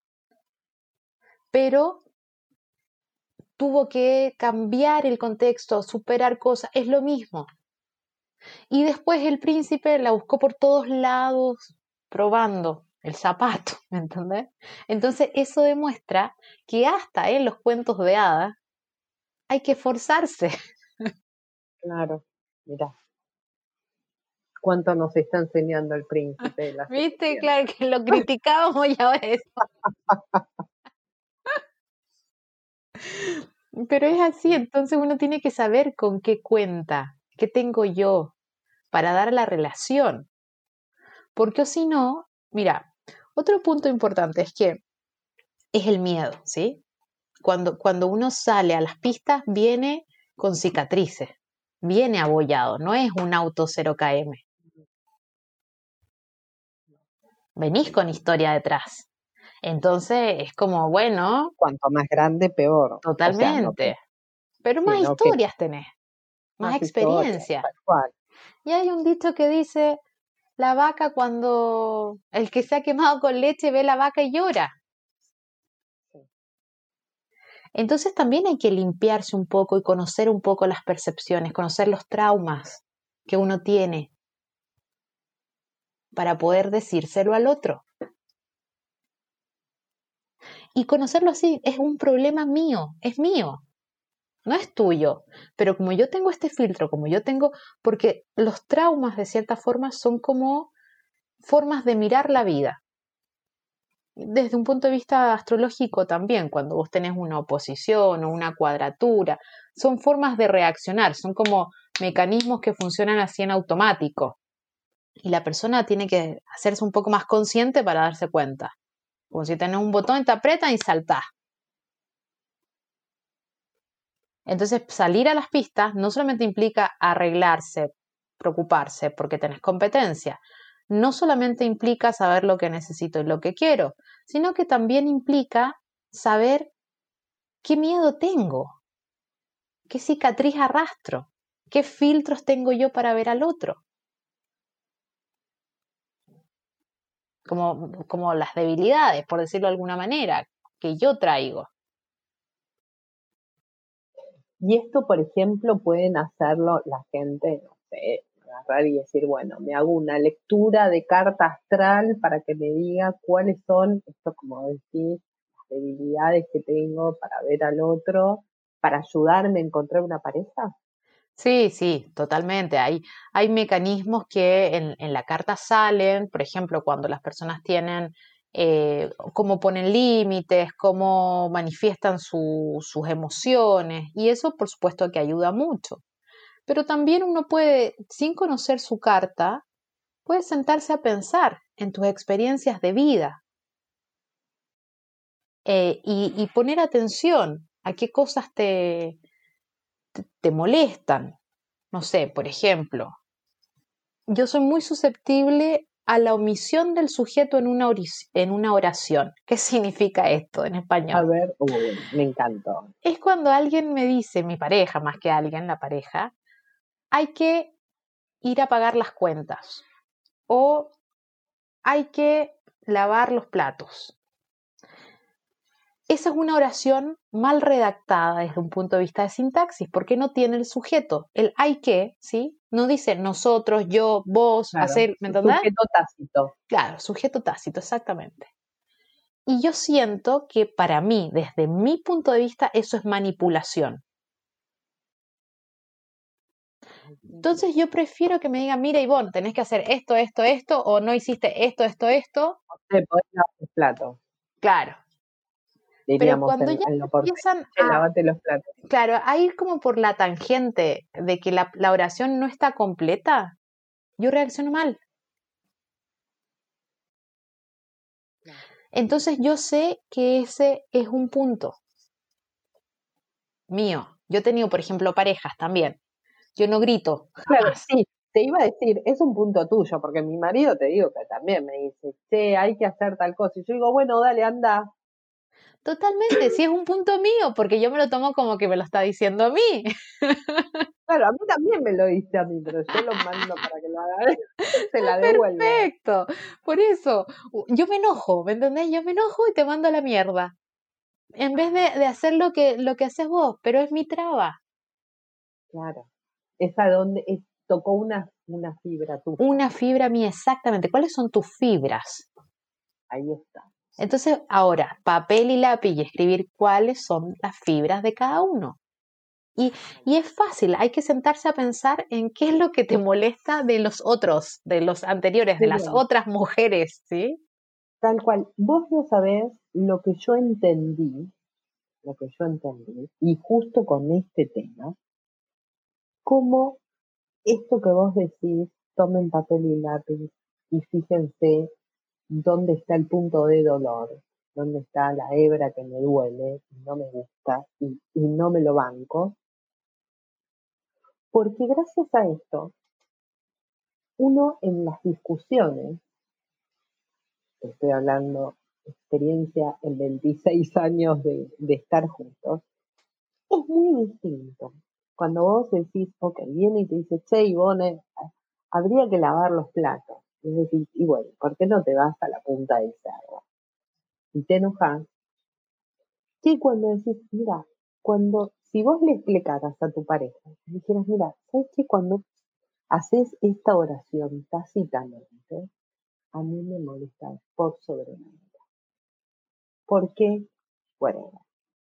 pero tuvo que cambiar el contexto, superar cosas, es lo mismo. Y después el príncipe la buscó por todos lados, probando el zapato, ¿me entendés? Entonces eso demuestra que hasta en los cuentos de hadas hay que esforzarse. Claro, mira, cuánto nos está enseñando el príncipe de la ¿Viste? Cenicienta. Claro que lo criticábamos y ahora es. Pero es así, entonces uno tiene que saber con qué cuenta, qué tengo yo para dar la relación. Porque si no, mira, otro punto importante es que es el miedo, ¿sí? Cuando uno sale a las pistas, viene con cicatrices, viene abollado, no es un auto 0 km. Venís con historia detrás. Entonces es como, bueno, Cuanto más grande, peor. O sea, no que, totalmente. Pero más sino que historias tenés, más más historias, experiencia. tal cual. Y hay un dicho que dice, la vaca cuando el que se ha quemado con leche ve la vaca y llora. Sí. Entonces también hay que limpiarse un poco y conocer un poco las percepciones, conocer los traumas que uno tiene para poder decírselo al otro. Y conocerlo así es un problema mío, es mío, no es tuyo. Pero como yo tengo este filtro, como yo tengo, porque los traumas de cierta forma son como formas de mirar la vida. Desde un punto de vista astrológico también, cuando vos tenés una oposición o una cuadratura, son formas de reaccionar, son como mecanismos que funcionan así en automático. Y la persona tiene que hacerse un poco más consciente para darse cuenta. Como si tenés un botón, te apretas y saltás. Entonces, salir a las pistas no solamente implica arreglarse, preocuparse porque tenés competencia, no solamente implica saber lo que necesito y lo que quiero, sino que también implica saber qué miedo tengo, qué cicatriz arrastro, qué filtros tengo yo para ver al otro, como las debilidades, por decirlo de alguna manera, que yo traigo. Y esto, por ejemplo, pueden hacerlo la gente, no sé, agarrar y decir, bueno, me hago una lectura de carta astral para que me diga cuáles son, esto como decir, las debilidades que tengo para ver al otro, para ayudarme a encontrar una pareja. Sí, sí, totalmente. Hay mecanismos que en la carta salen, por ejemplo, cuando las personas tienen, cómo ponen límites, cómo manifiestan sus emociones, y eso por supuesto que ayuda mucho. Pero también uno puede, sin conocer su carta, puede sentarse a pensar en tus experiencias de vida y poner atención a qué cosas te molestan. No sé, por ejemplo, yo soy muy susceptible a la omisión del sujeto en una oración. ¿Qué significa esto en A español? ver, uy, me encantó. Es cuando alguien me dice, mi pareja más que alguien, la pareja, hay que ir a pagar las cuentas o hay que lavar los platos. esa es una oración mal redactada desde un punto de vista de sintaxis, porque no tiene el sujeto. El hay que, ¿sí? No dice nosotros, yo, vos, Claro, hacer, ¿me entendés? sujeto tácito. Claro, sujeto tácito, exactamente. Y yo siento que para mí, desde mi punto de vista, eso es manipulación. Entonces yo prefiero que me digan, mira Ivonne, tenés que hacer esto, esto, esto, o no hiciste esto, esto, esto. Te podés lavar los platos, Claro. Pero diríamos cuando ya en lo porteño. empiezan Che, a, lavate los platos. claro, a ir como por la tangente de que la oración no está completa, yo reacciono mal. Entonces yo sé que ese es un punto mío. Yo he tenido, por ejemplo, parejas también. Yo no grito Claro, jamás. sí, te iba a decir, es un punto tuyo, porque mi marido te digo que también me dice, che, hay que hacer tal cosa. Y yo digo, bueno, dale, anda. Totalmente, sí es un punto mío, porque yo me lo tomo como que me lo está diciendo a mí. Claro, a mí también me lo dice a mí, pero yo lo mando para que lo haga él, se la devuelvo. Perfecto. Por eso, yo me enojo, ¿me entendés? Yo me enojo y te mando a la mierda. En vez de hacer lo que haces vos, pero es mi traba. Claro, es a donde tocó una fibra tuya. Una fibra mía, exactamente. ¿Cuáles son tus fibras? Ahí está. Entonces, ahora, papel y lápiz y escribir cuáles son las fibras de cada uno. Y es fácil, hay que sentarse a pensar en qué es lo que te molesta de los otros, de los anteriores, de Sí, las otras mujeres, ¿sí? tal cual. Vos no sabés lo que yo entendí, y justo con este tema, cómo esto que vos decís, tomen papel y lápiz y fíjense dónde está el punto de dolor, dónde está la hebra que me duele, y no me gusta y no me lo banco, porque gracias a esto, uno en las discusiones, estoy hablando experiencia en 26 años de estar juntos, es muy distinto. Cuando vos decís, ok, viene y te dice, che, Ivonne, habría que lavar los platos. Y decís, y bueno, ¿por qué no te vas a la punta del cerro? Y te enojas. Que cuando decís, mira, si vos le explicaras a tu pareja, y dijeras, mira, ¿sabes qué? Cuando haces esta oración tácitamente, a mí me molesta por sobremanera. ¿Por qué? Bueno,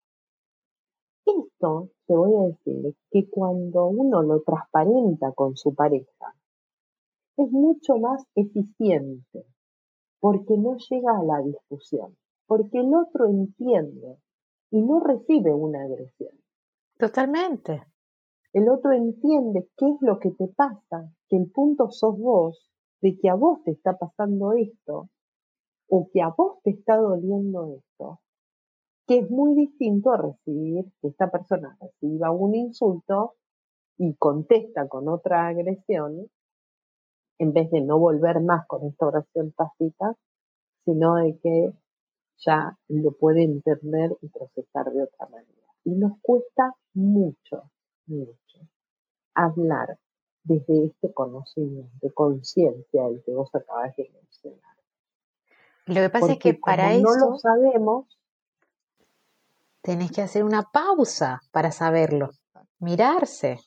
esto te voy a decir que cuando uno lo transparenta con su pareja, es mucho más eficiente porque no llega a la discusión, porque el otro entiende y no recibe una agresión. Totalmente. El otro entiende qué es lo que te pasa, que el punto sos vos, de que a vos te está pasando esto, o que a vos te está doliendo esto, que es muy distinto a recibir que esta persona reciba un insulto y contesta con otra agresión, en vez de no volver más con esta oración tácita, sino de que ya lo puede entender y procesar de otra manera. Y nos cuesta mucho, mucho hablar desde este conocimiento, conciencia del que vos acabas de mencionar. Lo que pasa es que Porque como para no lo eso sabemos, tenés que hacer una pausa para saberlo, mirarse.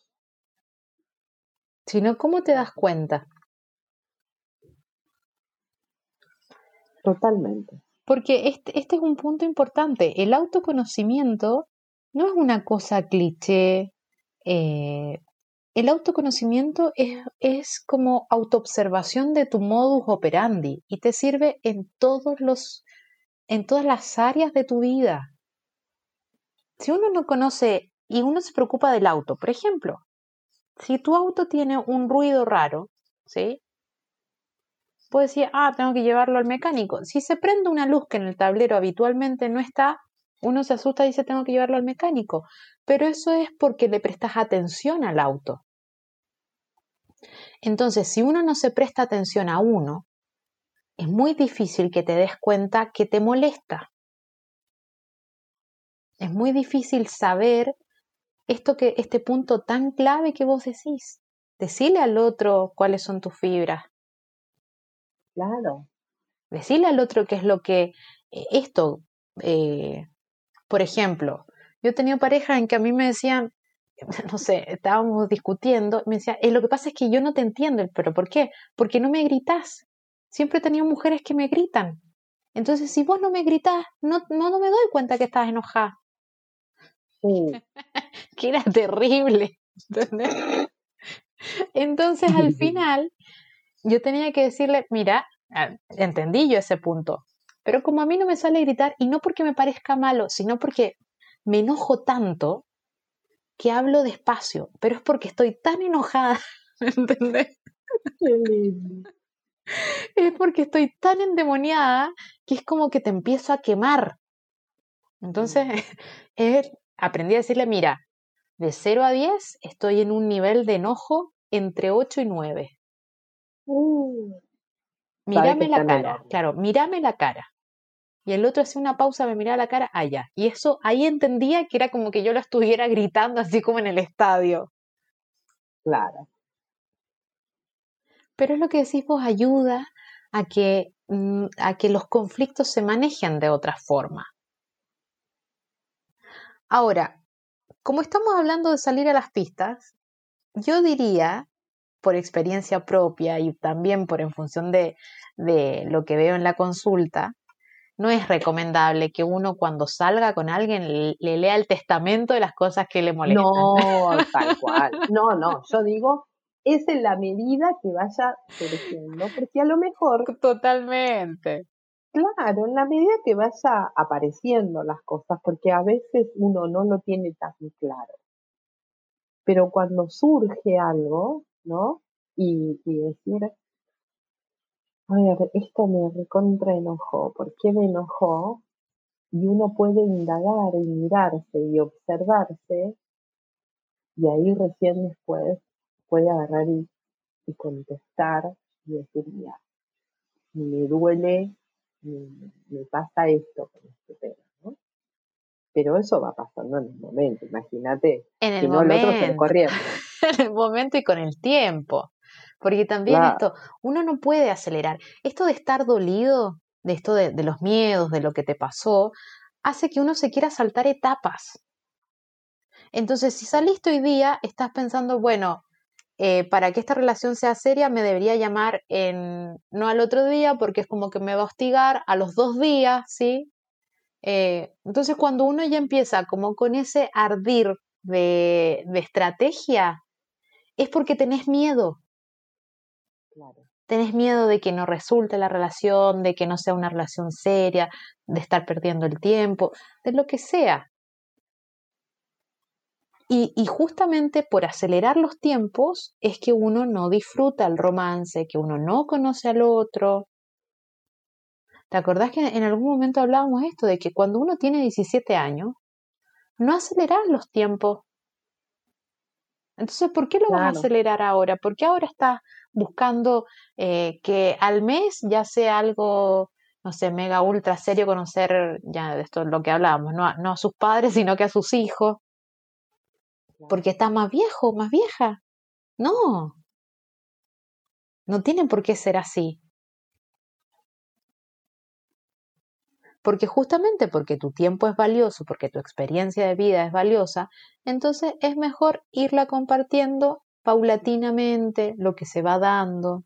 Si no, ¿cómo te das cuenta? totalmente. Porque este es un punto importante. El autoconocimiento no es una cosa cliché. eh, el autoconocimiento es como autoobservación de tu modus operandi y te sirve en todas las áreas de tu vida. Si uno no conoce y uno se preocupa del auto, por ejemplo, si tu auto tiene un ruido raro, ¿sí? Puedes decir, tengo que llevarlo al mecánico. Si se prende una luz que en el tablero habitualmente no está, uno se asusta y dice, tengo que llevarlo al mecánico. Pero eso es porque le prestas atención al auto. Entonces, si uno no se presta atención a uno, es muy difícil que te des cuenta que te molesta. Es muy difícil saber este punto tan clave que vos decís. Decile al otro cuáles son tus fibras. Claro. Decile al otro qué es lo que esto Por ejemplo, yo he tenido parejas en que a mí me decían, no sé, estábamos discutiendo, me decía, lo que pasa es que yo no te entiendo, pero ¿por qué? Porque no me gritas. Siempre he tenido mujeres que me gritan. Entonces, si vos no me gritás, no me doy cuenta que estás enojada. Que era terrible, ¿entendés? Entonces, al final, yo tenía que decirle, mira, entendí yo ese punto, pero como a mí no me sale gritar, y no porque me parezca malo, sino porque me enojo tanto que hablo despacio, pero es porque estoy tan enojada, ¿entendés? Qué lindo. Es porque estoy tan endemoniada que es como que te empiezo a quemar. Entonces, aprendí a decirle, mira, de 0 a 10 estoy en un nivel de enojo entre 8 y 9. Sabe que Mírame está la en el cara, horno. claro, mírame la cara. Y el otro hacía una pausa, me miraba la cara, allá. Y eso, ahí entendía que era como que yo lo estuviera gritando así como en el estadio. Claro. Pero es lo que decís vos, ayuda a que los conflictos se manejen de otra forma. Ahora, como estamos hablando de salir a las pistas, yo diría, por experiencia propia y también por en función de lo que veo en la consulta, no es recomendable que uno cuando salga con alguien le lea el testamento de las cosas que le molestan. No, tal cual. No, yo digo, es en la medida que vaya surgiendo, porque a lo mejor, Totalmente. claro, en la medida que vaya apareciendo las cosas, porque a veces uno no lo tiene tan claro, pero cuando surge algo, ¿no? Y decir, a ver, esto me recontra enojó, ¿por qué me enojó? Y uno puede indagar y mirarse y observarse, y ahí recién después puede agarrar y contestar y decir, mira, me duele, me pasa esto con este tema, ¿no? Pero eso va pasando en el momento, imagínate, En el si no el otro sale momento, corriendo. en el momento y con el tiempo. Porque también Claro, esto, uno no puede acelerar. Esto de estar dolido, de esto de los miedos, de lo que te pasó, hace que uno se quiera saltar etapas. Entonces, si saliste hoy día, estás pensando, bueno, para que esta relación sea seria, me debería llamar no al otro día, porque es como que me va a hostigar a los 2 días, ¿sí? Entonces, cuando uno ya empieza como con ese ardir de estrategia, es porque tenés miedo. claro. Tenés miedo de que no resulte la relación, de que no sea una relación seria, de estar perdiendo el tiempo, de lo que sea. Y justamente por acelerar los tiempos es que uno no disfruta el romance, que uno no conoce al otro. ¿Te acordás que en algún momento hablábamos esto de que cuando uno tiene 17 años, no acelerar los tiempos? Entonces, ¿por qué lo vas a Claro, acelerar ahora? ¿Por qué ahora estás buscando que al mes ya sea algo, no sé, mega ultra serio conocer, ya de esto es lo que hablábamos, no a sus padres, sino que a sus hijos? claro. Porque estás más viejo, más vieja. No, no tiene por qué ser así. Porque justamente porque tu tiempo es valioso, porque tu experiencia de vida es valiosa, entonces es mejor irla compartiendo paulatinamente, lo que se va dando,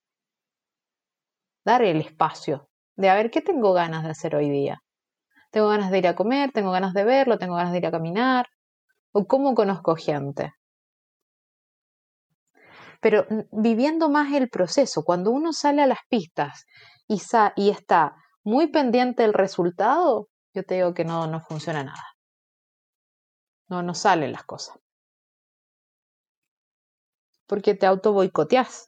dar el espacio de a ver qué tengo ganas de hacer hoy día. Tengo ganas de ir a comer, tengo ganas de verlo, tengo ganas de ir a caminar, o cómo conozco gente. Pero viviendo más el proceso, cuando uno sale a las pistas y está muy pendiente del resultado, yo te digo que no funciona nada. No salen las cosas. Porque te auto boicoteás.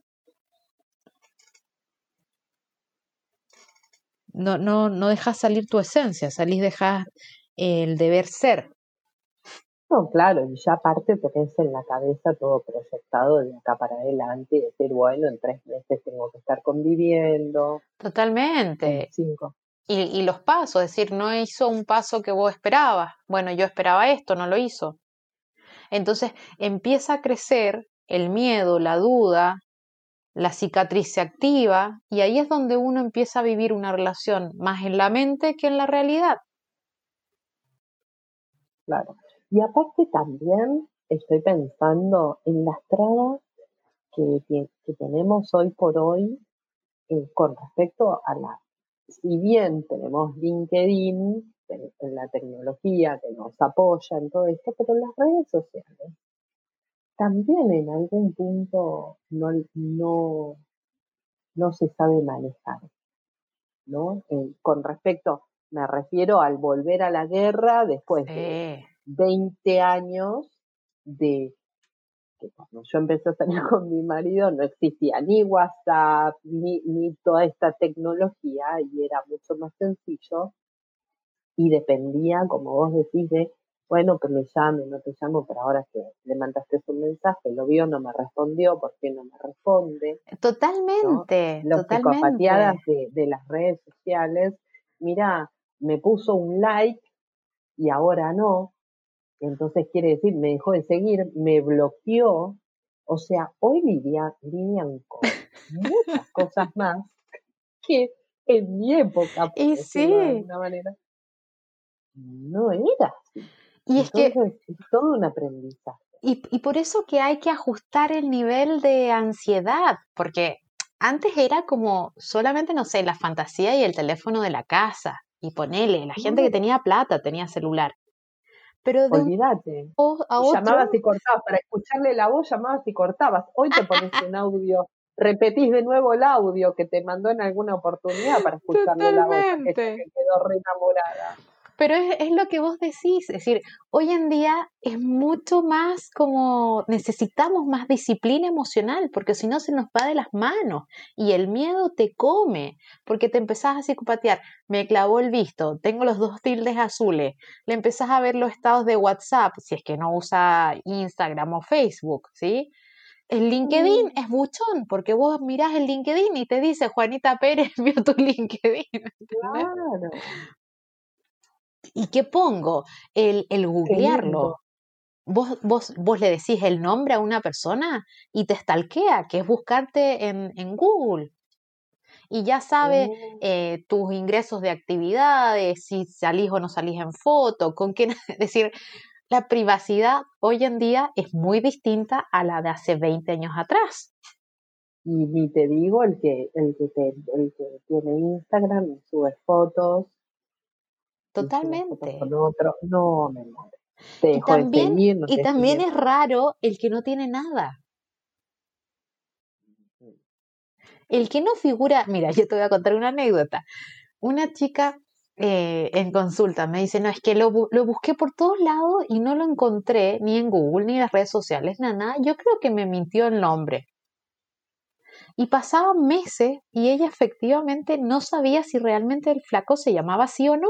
No dejas salir tu esencia, dejas el deber ser. No, claro, y ya aparte tenés en la cabeza todo proyectado de acá para adelante y decir, bueno, en 3 meses tengo que estar conviviendo, en Totalmente. 5. Y los pasos, es decir, no hizo un paso que vos esperabas. Bueno, yo esperaba esto, no lo hizo. Entonces empieza a crecer el miedo, la duda, la cicatriz se activa y ahí es donde uno empieza a vivir una relación más en la mente que en la realidad. claro. Y aparte también estoy pensando en las trabas que tenemos hoy por hoy con respecto a si bien tenemos LinkedIn, en la tecnología que nos apoya en todo esto, pero las redes sociales también en algún punto no se sabe manejar, ¿no? Con respecto, me refiero al volver a la guerra después de Sí, 20 años de que cuando yo empecé a salir con mi marido no existía ni WhatsApp, ni toda esta tecnología y era mucho más sencillo y dependía, como vos decís, de, bueno, que me llame, no te llamo, pero ahora que le mandaste un mensaje, lo vio, no me respondió, ¿por qué no me responde? ¿No? totalmente, Los psicopateadas totalmente. de las redes sociales, mira, me puso un like y ahora no, entonces quiere decir, me dejó de seguir, me bloqueó, o sea, hoy lidian con muchas cosas más que en mi época, por Y decirlo de sí, alguna manera, no era así. y es que Entonces, es todo un aprendizaje. y por eso que hay que ajustar el nivel de ansiedad, porque antes era como solamente, no sé, la fantasía y el teléfono de la casa, y ponele, la gente que Claro, tenía plata tenía celular, pero de un olvídate. tiempo a Y llamabas otro, y cortabas, para escucharle la voz llamabas y cortabas. Hoy te pones un audio, repetís de nuevo el audio que te mandó en alguna oportunidad para escucharle la voz, aquella totalmente. que quedó re enamorada. Pero es lo que vos decís, es decir, hoy en día es mucho más como necesitamos más disciplina emocional, porque si no se nos va de las manos y el miedo te come, porque te empezás a psicopatear, me clavó el visto, tengo los dos tildes azules, le empezás a ver los estados de WhatsApp, si es que no usa Instagram o Facebook, ¿sí? El LinkedIn Mm, es buchón, porque vos mirás el LinkedIn y te dice Juanita Pérez vio tu LinkedIn, ¿entendés? claro, ¿Y qué pongo? El qué lindo. googlearlo. Vos le decís el nombre a una persona y te stalkea, que es buscarte en Google. Y ya sabe Oh, tus ingresos de actividades, si salís o no salís en foto, con quién. Es decir, la privacidad hoy en día es muy distinta a la de hace 20 años atrás. y ni te digo el que tiene Instagram y sube fotos y sube fotos Totalmente. con otro. No, me muero. Te Y dejo de también, seguir, no y te también sigue. es raro el que no tiene nada. El que no figura, mira, yo te voy a contar una anécdota. Una chica en consulta me dice, no, es que lo busqué por todos lados y no lo encontré ni en Google ni en las redes sociales, nada. Yo creo que me mintió el nombre. Y pasaban meses y ella efectivamente no sabía si realmente el flaco se llamaba así o no.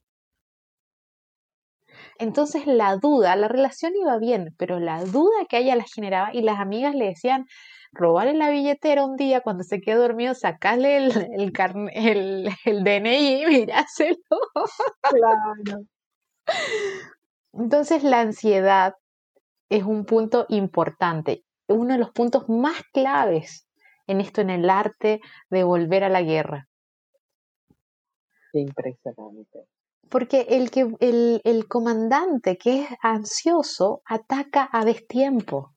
Entonces la duda, la relación iba bien, pero la duda que a ella la generaba y las amigas le decían, robarle la billetera un día cuando se quedó dormido, sacarle el DNI y miráselo. Claro. Entonces la ansiedad es un punto importante, uno de los puntos más claves en esto, en el arte de volver a la guerra. Qué impresionante. Porque el comandante que es ansioso ataca a destiempo.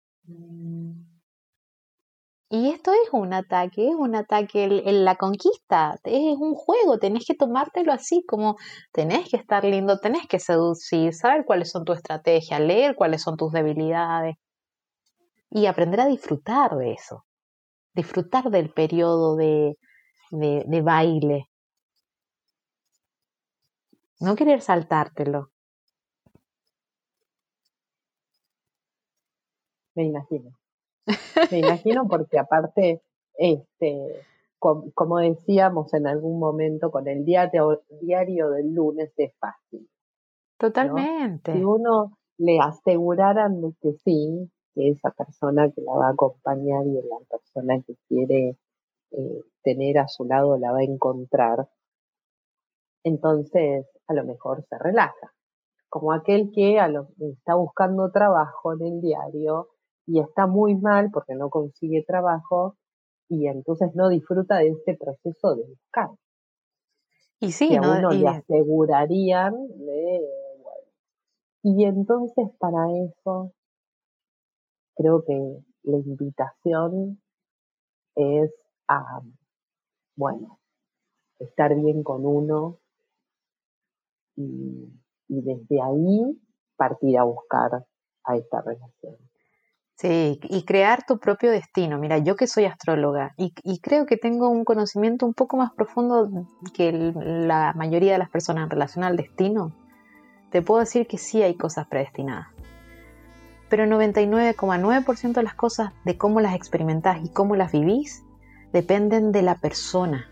Y esto es un ataque en la conquista, es un juego, tenés que tomártelo así, como tenés que estar lindo, tenés que seducir, saber cuáles son tus estrategias, leer cuáles son tus debilidades y aprender a disfrutar de eso, disfrutar del periodo de baile, no querer saltártelo. Me imagino. Me imagino porque aparte, como decíamos en algún momento, con el diario del lunes es fácil, ¿no? Si Totalmente. uno le aseguraran de que sí, que esa persona que la va a acompañar y la persona que quiere tener a su lado la va a encontrar, entonces a lo mejor se relaja. Como aquel que está buscando trabajo en el diario y está muy mal porque no consigue trabajo y entonces no disfruta de este proceso de buscar, Y que sí, a ¿no? uno le Y asegurarían de, bueno, Y entonces para eso creo que la invitación es a, bueno, estar bien con uno y, y desde ahí partir a buscar a esta relación. Sí, y crear tu propio destino. Mira, yo que soy astróloga y creo que tengo un conocimiento un poco más profundo que la mayoría de las personas en relación al destino, te puedo decir que sí hay cosas predestinadas. Pero el 99,9% de las cosas, de cómo las experimentás y cómo las vivís, dependen de la persona.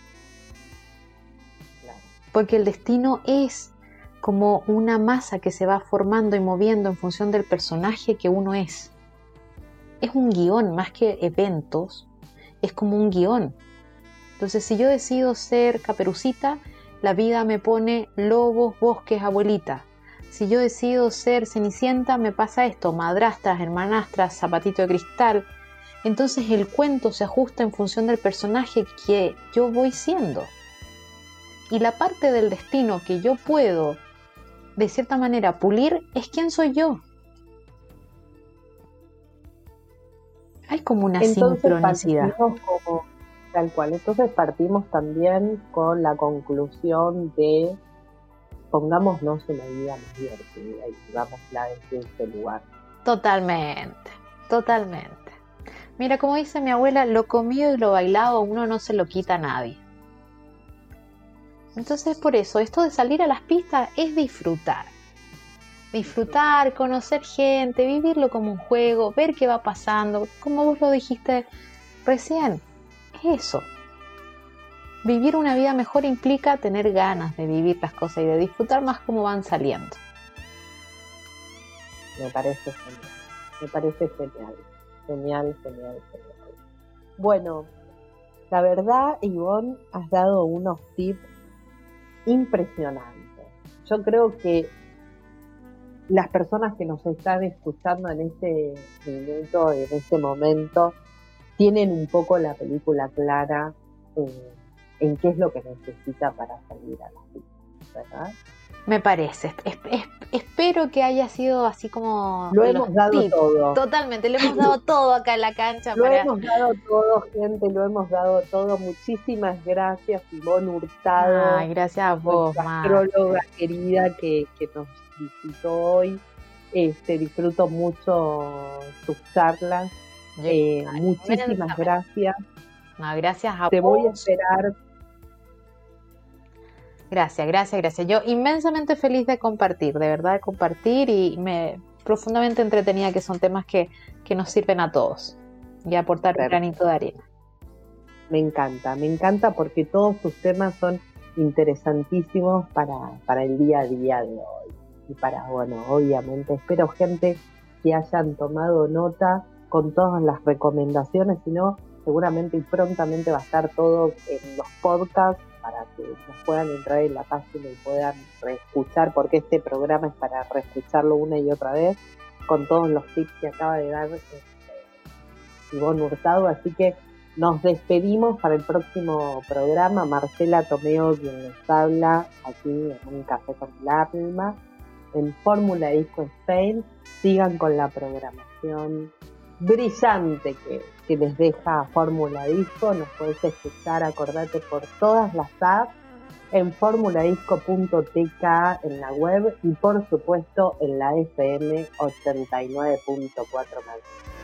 Porque el destino es como una masa que se va formando y moviendo en función del personaje que uno es. Es un guión, más que eventos, es como un guión. Entonces, si yo decido ser Caperucita, la vida me pone lobos, bosques, abuelita. Si yo decido ser Cenicienta, me pasa esto, madrastras, hermanastras, zapatito de cristal. Entonces el cuento se ajusta en función del personaje que yo voy siendo. Y la parte del destino que yo puedo, de cierta manera, pulir, es quién soy yo. Hay como una sincronicidad. Como tal cual. Entonces partimos también con la conclusión de pongámonos una vida más divertida y vivámosla desde ese lugar. Totalmente, totalmente. Mira, como dice mi abuela, lo comido y lo bailado uno no se lo quita a nadie. Entonces por eso, esto de salir a las pistas es disfrutar. Disfrutar, conocer gente, vivirlo como un juego, ver qué va pasando, como vos lo dijiste recién, es eso. Vivir una vida mejor implica tener ganas de vivir las cosas y de disfrutar más cómo van saliendo. Me parece genial. Genial. Bueno, la verdad, Ivonne, has dado unos tips impresionantes. Yo creo que las personas que nos están escuchando en este minuto, en este momento, tienen un poco la película clara en qué es lo que necesita para salir a la vida, ¿verdad? Me parece. Espero que haya sido así como... Lo hemos dado todo. Totalmente, lo hemos dado todo acá en la cancha. Hemos dado todo, gente, lo hemos dado todo. Muchísimas gracias, Ivonne Hurtado. Ay, gracias a vos, astróloga querida que nos visitó hoy. Disfruto mucho tus charlas. Muchísimas gracias. No, gracias a vos. Te voy a esperar. Gracias. Yo inmensamente feliz de compartir, de verdad de compartir y profundamente entretenida, que son temas que nos sirven a todos y aportar un granito de arena. Me encanta porque todos tus temas son interesantísimos para el día a día de hoy. Y obviamente espero, gente, que hayan tomado nota con todas las recomendaciones, si no, seguramente y prontamente va a estar todo en los podcasts para que nos puedan entrar en la página y puedan reescuchar, porque este programa es para reescucharlo una y otra vez, con todos los tips que acaba de dar Ivonne Hurtado. Así que nos despedimos para el próximo programa. Marcela Tomeo, quien les habla aquí en Un Café con el Alma, en Fórmula Disco Spain. Sigan con la programación brillante que les deja Fórmula Disco. Nos podés escuchar, acordate, por todas las apps, en formuladisco.tk en la web y por supuesto en la FM 89.4 Madrid.